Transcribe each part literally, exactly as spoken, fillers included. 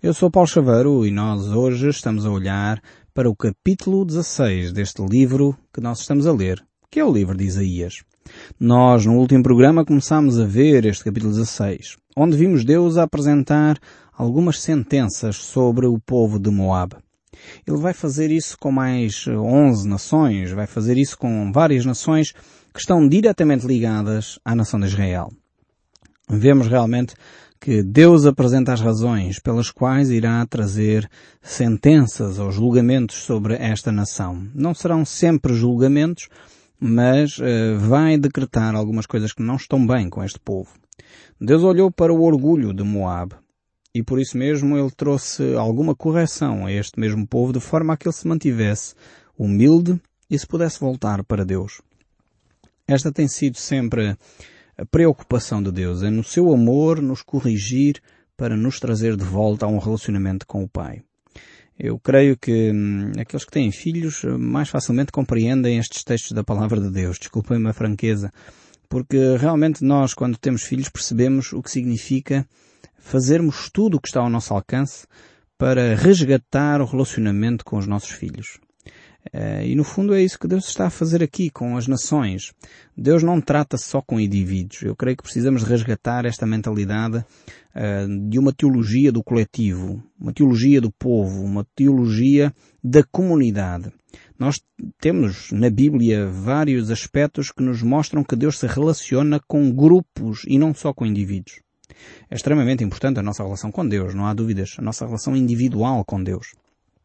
Eu sou Paulo Chaveiro e nós hoje estamos a olhar para o capítulo dezasseis deste livro que nós estamos a ler, que é o livro de Isaías. Nós, no último programa, começámos a ver este capítulo dezasseis, onde vimos Deus a apresentar algumas sentenças sobre o povo de Moab. Ele vai fazer isso com mais onze nações, vai fazer isso com várias nações que estão diretamente ligadas à nação de Israel. Vemos realmente que Deus apresenta as razões pelas quais irá trazer sentenças ou julgamentos sobre esta nação. Não serão sempre julgamentos, mas uh, vai decretar algumas coisas que não estão bem com este povo. Deus olhou para o orgulho de Moab e por isso mesmo ele trouxe alguma correção a este mesmo povo de forma a que ele se mantivesse humilde e se pudesse voltar para Deus. Esta tem sido sempre a preocupação de Deus, é no seu amor nos corrigir para nos trazer de volta a um relacionamento com o Pai. Eu creio que hum, aqueles que têm filhos mais facilmente compreendem estes textos da Palavra de Deus. Desculpem-me a franqueza, porque realmente nós, quando temos filhos, percebemos o que significa fazermos tudo o que está ao nosso alcance para resgatar o relacionamento com os nossos filhos. Uh, e no fundo é isso que Deus está a fazer aqui com as nações. Deus não trata só com indivíduos. Eu creio que precisamos resgatar esta mentalidade uh, de uma teologia do coletivo, uma teologia do povo, uma teologia da comunidade. Nós temos na Bíblia vários aspectos que nos mostram que Deus se relaciona com grupos e não só com indivíduos. É extremamente importante a nossa relação com Deus, não há dúvidas. A nossa relação individual com Deus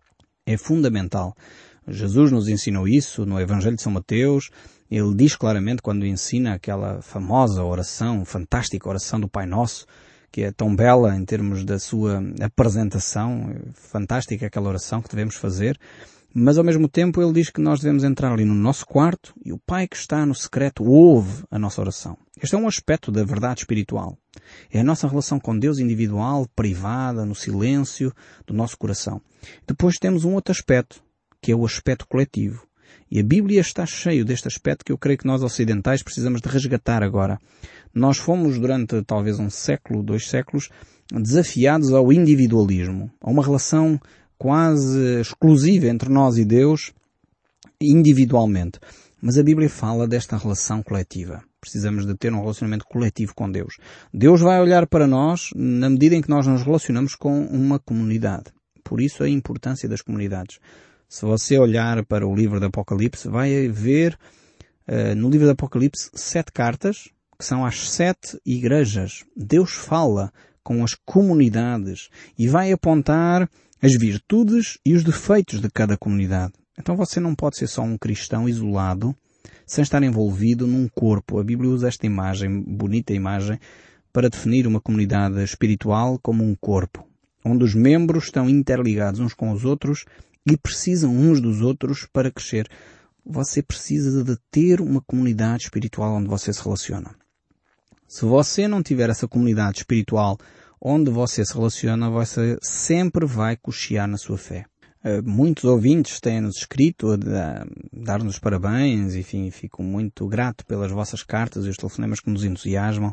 é fundamental. Jesus nos ensinou isso no Evangelho de São Mateus. Ele diz claramente quando ensina aquela famosa oração, fantástica oração do Pai Nosso, que é tão bela em termos da sua apresentação, fantástica aquela oração que devemos fazer, mas ao mesmo tempo ele diz que nós devemos entrar ali no nosso quarto e o Pai que está no secreto ouve a nossa oração. Este é um aspecto da verdade espiritual. É a nossa relação com Deus individual, privada, no silêncio do nosso coração. Depois temos um outro aspecto, que é o aspecto coletivo. E a Bíblia está cheio deste aspecto que eu creio que nós ocidentais precisamos de resgatar agora. Nós fomos durante talvez um século, dois séculos, desafiados ao individualismo, a uma relação quase exclusiva entre nós e Deus, individualmente. Mas a Bíblia fala desta relação coletiva. Precisamos de ter um relacionamento coletivo com Deus. Deus vai olhar para nós na medida em que nós nos relacionamos com uma comunidade. Por isso a importância das comunidades. Se você olhar para o livro do Apocalipse, vai ver uh, no livro do Apocalipse sete cartas, que são as sete igrejas. Deus fala com as comunidades e vai apontar as virtudes e os defeitos de cada comunidade. Então você não pode ser só um cristão isolado, sem estar envolvido num corpo. A Bíblia usa esta imagem, bonita imagem, para definir uma comunidade espiritual como um corpo, onde os membros estão interligados uns com os outros e precisam uns dos outros para crescer. Você precisa de ter uma comunidade espiritual onde você se relaciona. Se você não tiver essa comunidade espiritual onde você se relaciona, você sempre vai cochear na sua fé. Muitos ouvintes têm-nos escrito a dar-nos parabéns, enfim, fico muito grato pelas vossas cartas e os telefonemas que nos entusiasmam,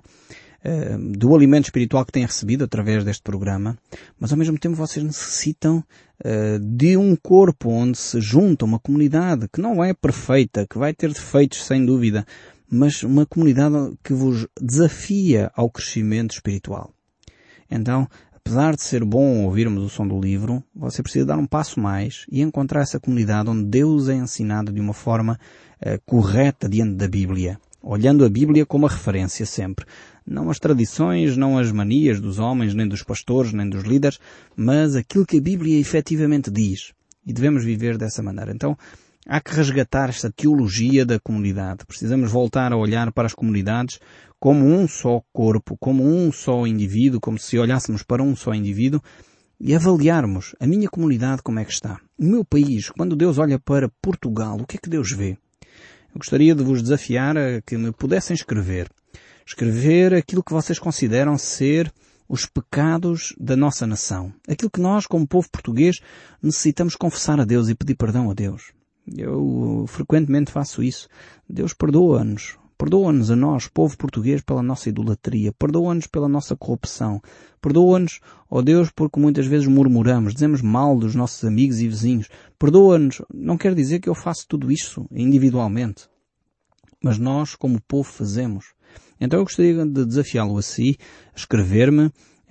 do alimento espiritual que têm recebido através deste programa, mas ao mesmo tempo vocês necessitam uh, de um corpo onde se junta uma comunidade que não é perfeita, que vai ter defeitos sem dúvida, mas uma comunidade que vos desafia ao crescimento espiritual. Então, apesar de ser bom ouvirmos o som do livro, você precisa dar um passo mais e encontrar essa comunidade onde Deus é ensinado de uma forma uh, correta diante da Bíblia, olhando a Bíblia como a referência sempre. Não as tradições, não as manias dos homens, nem dos pastores, nem dos líderes, mas aquilo que a Bíblia efetivamente diz. E devemos viver dessa maneira. Então, há que resgatar esta teologia da comunidade. Precisamos voltar a olhar para as comunidades como um só corpo, como um só indivíduo, como se olhássemos para um só indivíduo e avaliarmos a minha comunidade como é que está. O meu país, quando Deus olha para Portugal, o que é que Deus vê? Eu gostaria de vos desafiar a que me pudessem escrever. Escrever aquilo que vocês consideram ser os pecados da nossa nação. Aquilo que nós, como povo português, necessitamos confessar a Deus e pedir perdão a Deus. Eu frequentemente faço isso. Deus perdoa-nos Perdoa-nos a nós, povo português, pela nossa idolatria. Perdoa-nos pela nossa corrupção. Perdoa-nos, ó Deus, porque muitas vezes murmuramos, dizemos mal dos nossos amigos e vizinhos. Perdoa-nos. Não quer dizer que eu faço tudo isso individualmente. Mas nós, como povo, fazemos. Então eu gostaria de desafiá-lo a si, a escrever-me,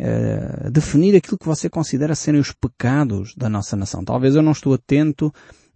a definir aquilo que você considera serem os pecados da nossa nação. Talvez eu não estou atento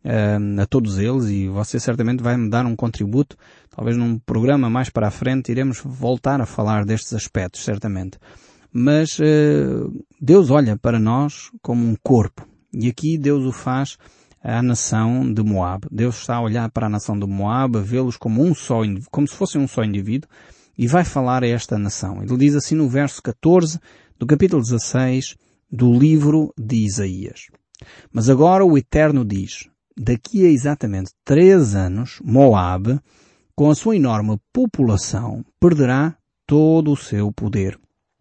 a todos eles e você certamente vai me dar um contributo. Talvez num programa mais para a frente iremos voltar a falar destes aspectos, certamente. Mas uh, Deus olha para nós como um corpo. E aqui Deus o faz à nação de Moab. Deus está a olhar para a nação de Moab, a vê-los como um só, como se fossem um só indivíduo, e vai falar a esta nação. Ele diz assim no verso catorze do capítulo dezasseis do livro de Isaías. Mas agora o Eterno diz: daqui a exatamente três anos, Moab, com a sua enorme população, perderá todo o seu poder.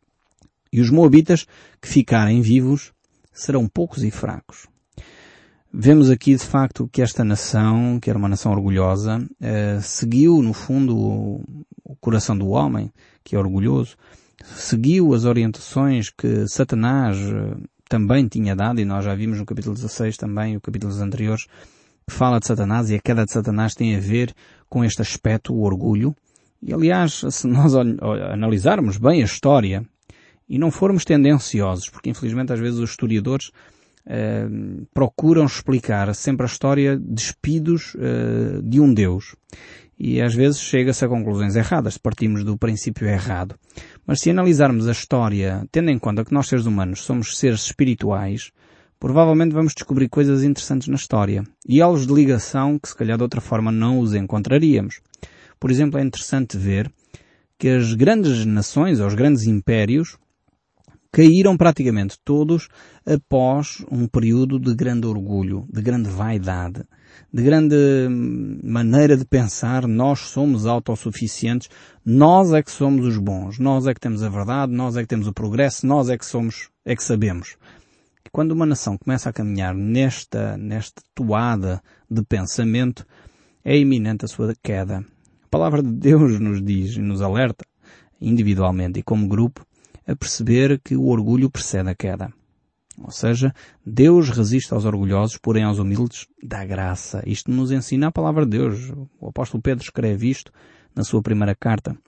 E os moabitas que ficarem vivos serão poucos e fracos. Vemos aqui, de facto, que esta nação, que era uma nação orgulhosa, eh, seguiu, no fundo, o, o coração do homem, que é orgulhoso, seguiu as orientações que Satanás eh, também tinha dado, e nós já vimos no capítulo dezasseis também, o capítulos anteriores, que fala de Satanás, e a queda de Satanás tem a ver com este aspecto, o orgulho. E aliás, se nós analisarmos bem a história, e não formos tendenciosos, porque infelizmente às vezes os historiadores eh, procuram explicar sempre a história despidos eh, de um Deus. E às vezes chega-se a conclusões erradas, partimos do princípio errado. Mas se analisarmos a história, tendo em conta que nós seres humanos somos seres espirituais, provavelmente vamos descobrir coisas interessantes na história. E elos de ligação que se calhar de outra forma não os encontraríamos. Por exemplo, é interessante ver que as grandes nações, ou os grandes impérios, caíram praticamente todos após um período de grande orgulho, de grande vaidade, de grande maneira de pensar: nós somos autossuficientes, nós é que somos os bons, nós é que temos a verdade, nós é que temos o progresso, nós é que somos, é que sabemos. E quando uma nação começa a caminhar nesta, nesta toada de pensamento, é iminente a sua queda. A palavra de Deus nos diz e nos alerta, individualmente e como grupo, a perceber que o orgulho precede a queda. Ou seja, Deus resiste aos orgulhosos, porém aos humildes dá graça. Isto nos ensina a palavra de Deus. O apóstolo Pedro escreve isto na sua primeira carta.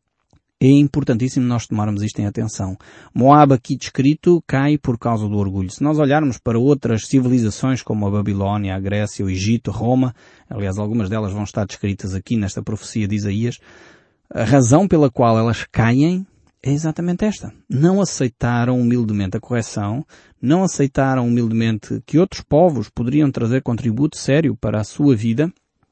É importantíssimo nós tomarmos isto em atenção. Moab, aqui descrito, cai por causa do orgulho. Se nós olharmos para outras civilizações como a Babilónia, a Grécia, o Egito, Roma, aliás, algumas delas vão estar descritas aqui nesta profecia de Isaías, a razão pela qual elas caem é exatamente esta. Não aceitaram humildemente a correção, não aceitaram humildemente que outros povos poderiam trazer contributo sério para a sua vida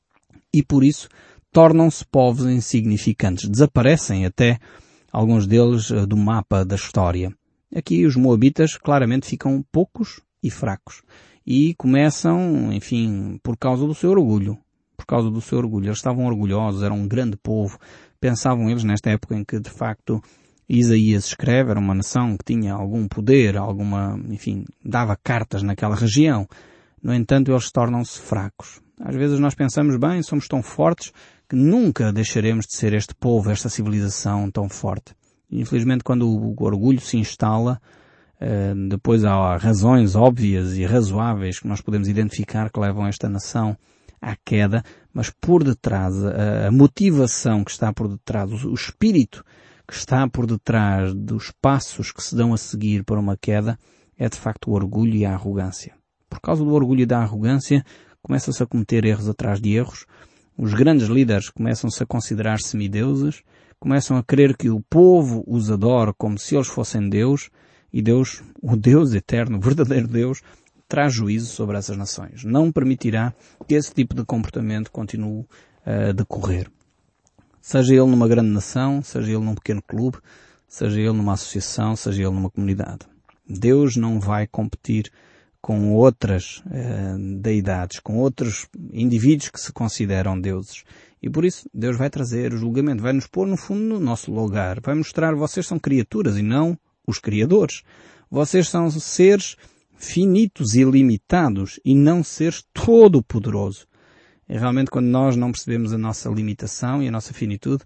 e por isso tornam-se povos insignificantes. Desaparecem até alguns deles do mapa da história. Aqui os moabitas claramente ficam poucos e fracos e começam, enfim, por causa do seu orgulho. Por causa do seu orgulho. Eles estavam orgulhosos, eram um grande povo. Pensavam eles nesta época em que de facto Isaías escreve, era uma nação que tinha algum poder, alguma, enfim, dava cartas naquela região. No entanto, eles tornam-se fracos. Às vezes nós pensamos, bem, somos tão fortes que nunca deixaremos de ser este povo, esta civilização tão forte. E, infelizmente, quando o orgulho se instala, depois há razões óbvias e razoáveis que nós podemos identificar que levam esta nação à queda, mas por detrás, a motivação que está por detrás, o espírito que está por detrás dos passos que se dão a seguir para uma queda, é de facto o orgulho e a arrogância. Por causa do orgulho e da arrogância, começam-se a cometer erros atrás de erros, os grandes líderes começam-se a considerar semideuses, começam a crer que o povo os adora como se eles fossem Deus, e Deus, o Deus eterno, o verdadeiro Deus, traz juízo sobre essas nações. Não permitirá que esse tipo de comportamento continue a decorrer. Seja ele numa grande nação, seja ele num pequeno clube, seja ele numa associação, seja ele numa comunidade. Deus não vai competir com outras eh, deidades, com outros indivíduos que se consideram deuses. E por isso Deus vai trazer o julgamento, vai nos pôr no fundo no nosso lugar, vai mostrar: vocês são criaturas e não os criadores. Vocês são seres finitos e limitados e não seres todo-poderoso. E realmente quando nós não percebemos a nossa limitação e a nossa finitude,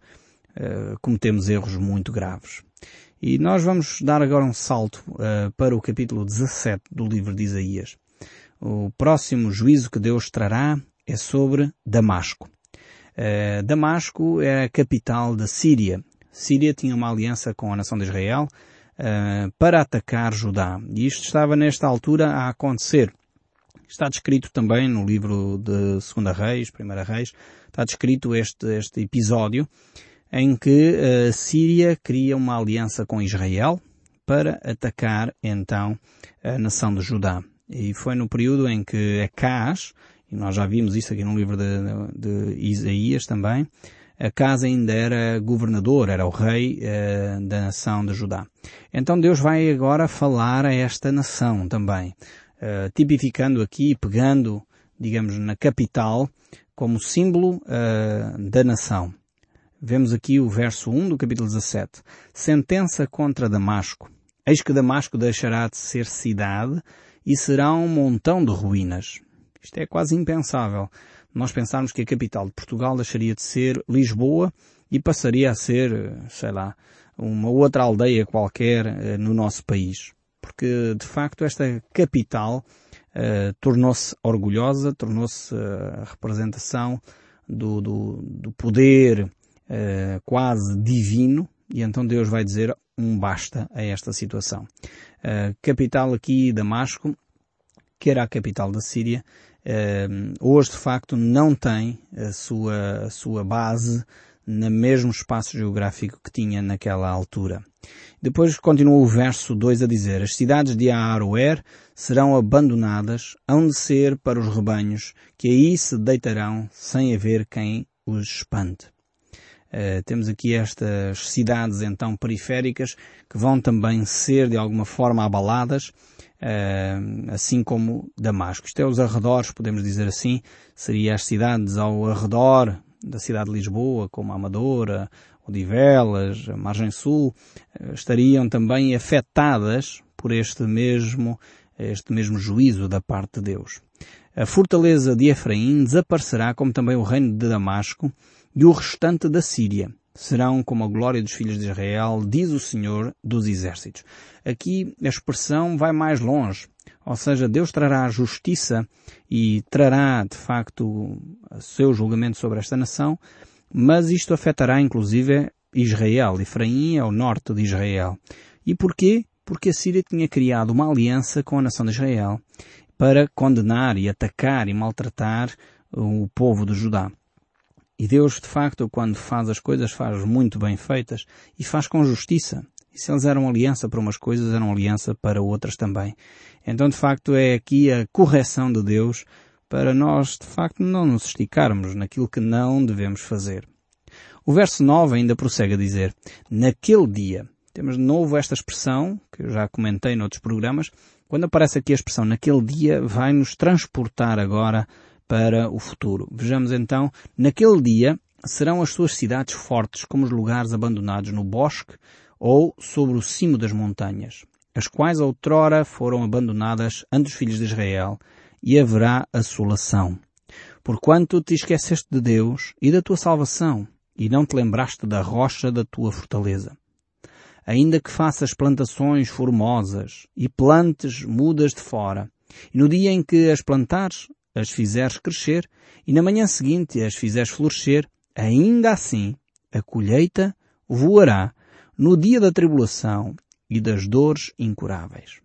uh, cometemos erros muito graves. E nós vamos dar agora um salto uh, para o capítulo dezassete do livro de Isaías. O próximo juízo que Deus trará é sobre Damasco. Uh, Damasco é a capital da Síria. Síria tinha uma aliança com a nação de Israel uh, para atacar Judá. E isto estava nesta altura a acontecer. Está descrito também no livro de Segunda Reis, Primeira Reis, está descrito este, este episódio em que a Síria cria uma aliança com Israel para atacar então a nação de Judá. E foi no período em que Acaz, e nós já vimos isso aqui no livro de, de Isaías também, Acaz ainda era governador, era o rei eh, da nação de Judá. Então Deus vai agora falar a esta nação também. Uh, tipificando aqui, pegando, digamos, na capital, como símbolo uh, da nação. Vemos aqui o verso um do capítulo dezassete. Sentença contra Damasco. Eis que Damasco deixará de ser cidade e será um montão de ruínas. Isto é quase impensável. Nós pensarmos que a capital de Portugal deixaria de ser Lisboa e passaria a ser, sei lá, uma outra aldeia qualquer uh, no nosso país. Porque, de facto, esta capital uh, tornou-se orgulhosa, tornou-se uh, a representação do, do, do poder uh, quase divino, e então Deus vai dizer um basta a esta situação. A uh, capital aqui, Damasco, que era a capital da Síria, uh, hoje, de facto, não tem a sua, a sua base no mesmo espaço geográfico que tinha naquela altura. Depois continua o verso dois a dizer: as cidades de Aroer serão abandonadas, hão de ser para os rebanhos, que aí se deitarão sem haver quem os espante. Uh, temos aqui estas cidades então periféricas que vão também ser de alguma forma abaladas, uh, assim como Damasco. Isto é os arredores, podemos dizer assim, seria as cidades ao arredor da cidade de Lisboa, como a Amadora, Odivelas, a Margem Sul, estariam também afetadas por este mesmo, este mesmo juízo da parte de Deus. A fortaleza de Efraim desaparecerá, como também o reino de Damasco, e o restante da Síria serão como a glória dos filhos de Israel, diz o Senhor dos Exércitos. Aqui a expressão vai mais longe, ou seja, Deus trará a justiça e trará, de facto, o seu julgamento sobre esta nação, mas isto afetará, inclusive, Israel. Efraim é o norte de Israel. E porquê? Porque a Síria tinha criado uma aliança com a nação de Israel para condenar e atacar e maltratar o povo de Judá. E Deus, de facto, quando faz as coisas, faz muito bem feitas e faz com justiça. E se eles eram aliança para umas coisas, eram aliança para outras também. Então, de facto, é aqui a correção de Deus para nós, de facto, não nos esticarmos naquilo que não devemos fazer. O verso nove ainda prossegue a dizer: naquele dia. Temos de novo esta expressão, que eu já comentei noutros programas. Quando aparece aqui a expressão naquele dia, vai nos transportar agora para o futuro. Vejamos então, naquele dia serão as suas cidades fortes como os lugares abandonados no bosque ou sobre o cimo das montanhas, as quais outrora foram abandonadas ante os filhos de Israel, e haverá assolação. Porquanto te esqueceste de Deus e da tua salvação, e não te lembraste da rocha da tua fortaleza. Ainda que faças plantações formosas e plantes mudas de fora, e no dia em que as plantares, as fizeres crescer, e na manhã seguinte as fizeres florescer, ainda assim a colheita voará no dia da tribulação e das dores incuráveis.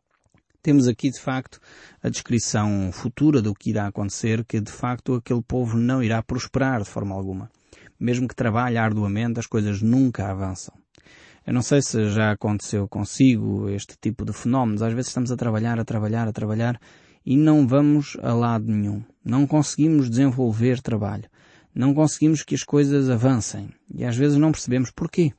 Temos aqui, de facto, a descrição futura do que irá acontecer, que, de facto, aquele povo não irá prosperar de forma alguma. Mesmo que trabalhe arduamente, as coisas nunca avançam. Eu não sei se já aconteceu consigo este tipo de fenómenos. Às vezes estamos a trabalhar, a trabalhar, a trabalhar e não vamos a lado nenhum. Não conseguimos desenvolver trabalho. Não conseguimos que as coisas avancem. E às vezes não percebemos porquê.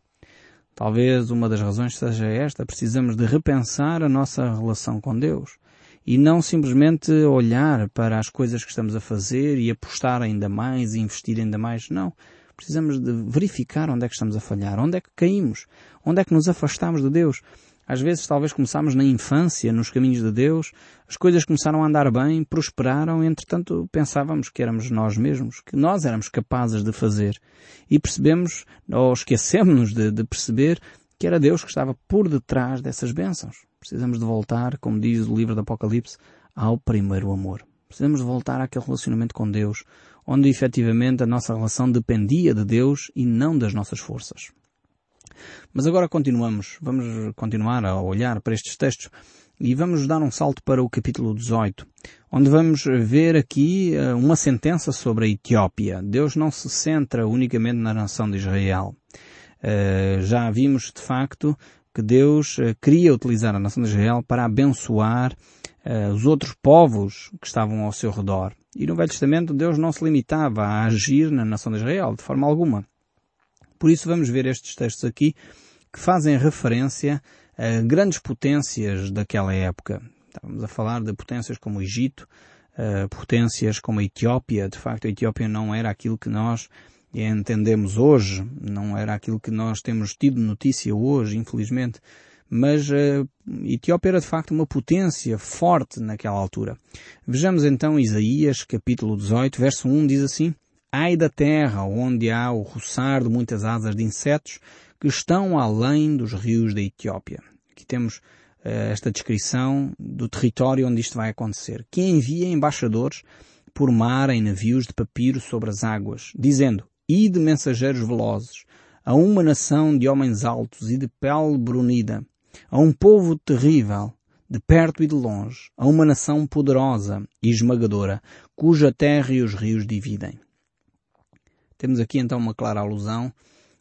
Talvez uma das razões seja esta: precisamos de repensar a nossa relação com Deus e não simplesmente olhar para as coisas que estamos a fazer e apostar ainda mais e investir ainda mais. Não. Precisamos de verificar onde é que estamos a falhar, onde é que caímos, onde é que nos afastamos de Deus. Às vezes talvez começámos na infância, nos caminhos de Deus, as coisas começaram a andar bem, prosperaram, entretanto pensávamos que éramos nós mesmos, que nós éramos capazes de fazer. E percebemos, ou esquecemos de, de perceber, que era Deus que estava por detrás dessas bênçãos. Precisamos de voltar, como diz o livro do Apocalipse, ao primeiro amor. Precisamos de voltar àquele relacionamento com Deus, onde efetivamente a nossa relação dependia de Deus e não das nossas forças. Mas agora continuamos, vamos continuar a olhar para estes textos e vamos dar um salto para o capítulo dezoito, onde vamos ver aqui uma sentença sobre a Etiópia. Deus não se centra unicamente na nação de Israel. Uh, já vimos de facto que Deus uh, queria utilizar a nação de Israel para abençoar uh, os outros povos que estavam ao seu redor. E no Velho Testamento Deus não se limitava a agir na nação de Israel, de forma alguma. Por isso vamos ver estes textos aqui que fazem referência a grandes potências daquela época. Estávamos a falar de potências como o Egito, uh, potências como a Etiópia. De facto, a Etiópia não era aquilo que nós entendemos hoje, não era aquilo que nós temos tido notícia hoje, infelizmente. Mas a Etiópia era de facto uma potência forte naquela altura. Vejamos então Isaías, capítulo dezoito, verso um, diz assim: Ai da terra, onde há o roçar de muitas asas de insetos que estão além dos rios da Etiópia. Aqui temos uh, esta descrição do território onde isto vai acontecer. Que envia embaixadores por mar em navios de papiro sobre as águas, dizendo: Ide mensageiros velozes, a uma nação de homens altos e de pele brunida, a um povo terrível, de perto e de longe, a uma nação poderosa e esmagadora, cuja terra e os rios dividem. Temos aqui então uma clara alusão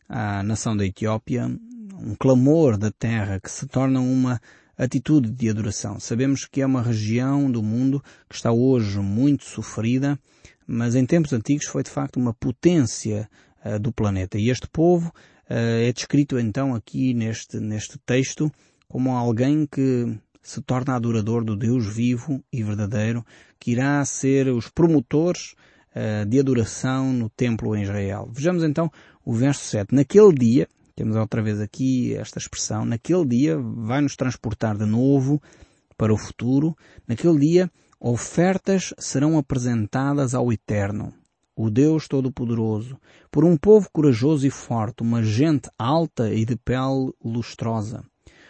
à nação da Etiópia, um clamor da terra que se torna uma atitude de adoração. Sabemos que é uma região do mundo que está hoje muito sofrida, mas em tempos antigos foi de facto uma potência uh, do planeta. E este povo uh, é descrito então aqui neste, neste texto como alguém que se torna adorador do Deus vivo e verdadeiro, que irá ser os promotores uh, de adoração no templo em Israel. Vejamos então o verso sete. Naquele dia, temos outra vez aqui esta expressão, naquele dia vai nos transportar de novo para o futuro. Naquele dia ofertas serão apresentadas ao Eterno, o Deus Todo-Poderoso, por um povo corajoso e forte, uma gente alta e de pele lustrosa.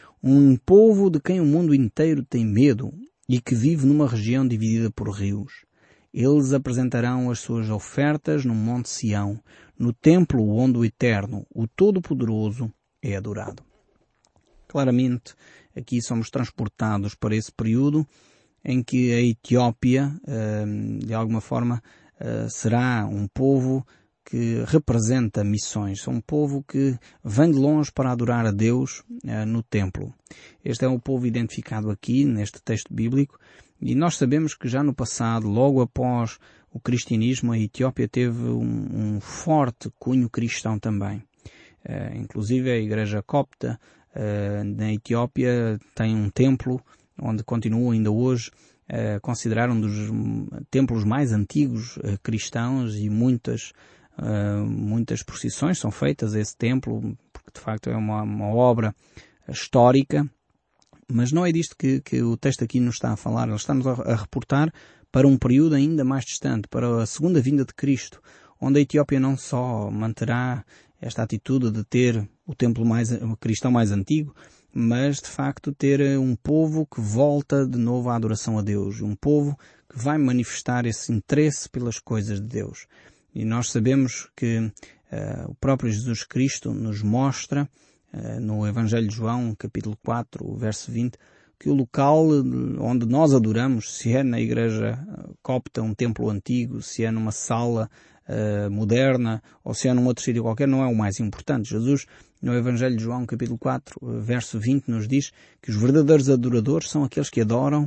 Um povo de quem o mundo inteiro tem medo e que vive numa região dividida por rios. Eles apresentarão as suas ofertas no Monte Sião, no templo onde o Eterno, o Todo-Poderoso, é adorado. Claramente, aqui somos transportados para esse período em que a Etiópia, de alguma forma, será um povo que representa missões. É um povo que vem de longe para adorar a Deus no templo. Este é o povo identificado aqui, neste texto bíblico, e nós sabemos que já no passado, logo após o cristianismo, a Etiópia teve um, um forte cunho cristão também. Inclusive a Igreja Copta na Etiópia tem um templo onde continua ainda hoje uh, considerar um dos templos mais antigos uh, cristãos, e muitas, uh, muitas procissões são feitas a esse templo, porque de facto é uma, uma obra histórica. Mas não é disto que, que o texto aqui nos está a falar. Ele está-nos a, a reportar para um período ainda mais distante, para a segunda vinda de Cristo, onde a Etiópia não só manterá esta atitude de ter o templo mais, o cristão mais antigo, mas de facto ter um povo que volta de novo à adoração a Deus, um povo que vai manifestar esse interesse pelas coisas de Deus. E nós sabemos que uh, o próprio Jesus Cristo nos mostra, uh, no Evangelho de João, capítulo quatro, verso vinte, que o local onde nós adoramos, se é na igreja copta, um templo antigo, se é numa sala uh, moderna, ou se é num outro sítio qualquer, não é o mais importante. Jesus, no Evangelho de João, capítulo quatro, verso vinte, nos diz que os verdadeiros adoradores são aqueles que adoram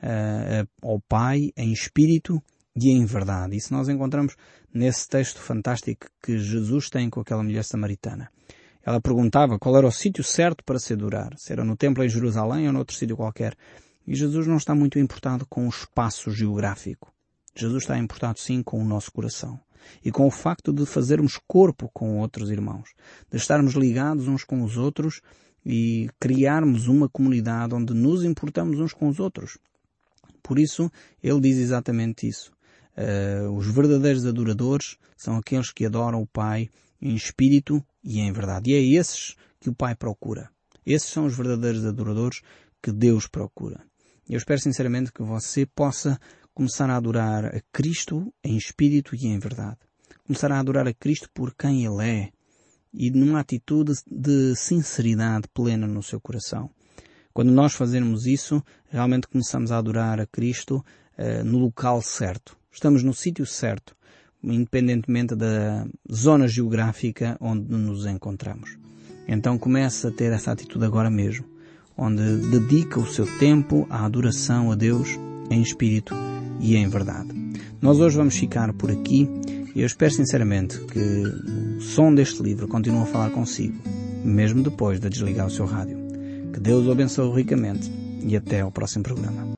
uh, ao Pai em espírito e em verdade. Isso nós encontramos nesse texto fantástico que Jesus tem com aquela mulher samaritana. Ela perguntava qual era o sítio certo para se adorar, se era no templo em Jerusalém ou noutro sítio qualquer. E Jesus não está muito importado com o espaço geográfico. Jesus está importado sim com o nosso coração. E com o facto de fazermos corpo com outros irmãos, de estarmos ligados uns com os outros e criarmos uma comunidade onde nos importamos uns com os outros. Por isso, ele diz exatamente isso. Uh, os verdadeiros adoradores são aqueles que adoram o Pai em espírito e em verdade. E é esses que o Pai procura. Esses são os verdadeiros adoradores que Deus procura. Eu espero sinceramente que você possa começar a adorar a Cristo em espírito e em verdade. Começar a adorar a Cristo por quem Ele é e numa atitude de sinceridade plena no seu coração. Quando nós fazermos isso, realmente começamos a adorar a Cristo uh, no local certo. Estamos no sítio certo, independentemente da zona geográfica onde nos encontramos. Então comece a ter essa atitude agora mesmo, onde dedica o seu tempo à adoração a Deus em espírito e em verdade. Nós hoje vamos ficar por aqui e eu espero sinceramente que o som deste livro continue a falar consigo, mesmo depois de desligar o seu rádio. Que Deus o abençoe ricamente e até ao próximo programa.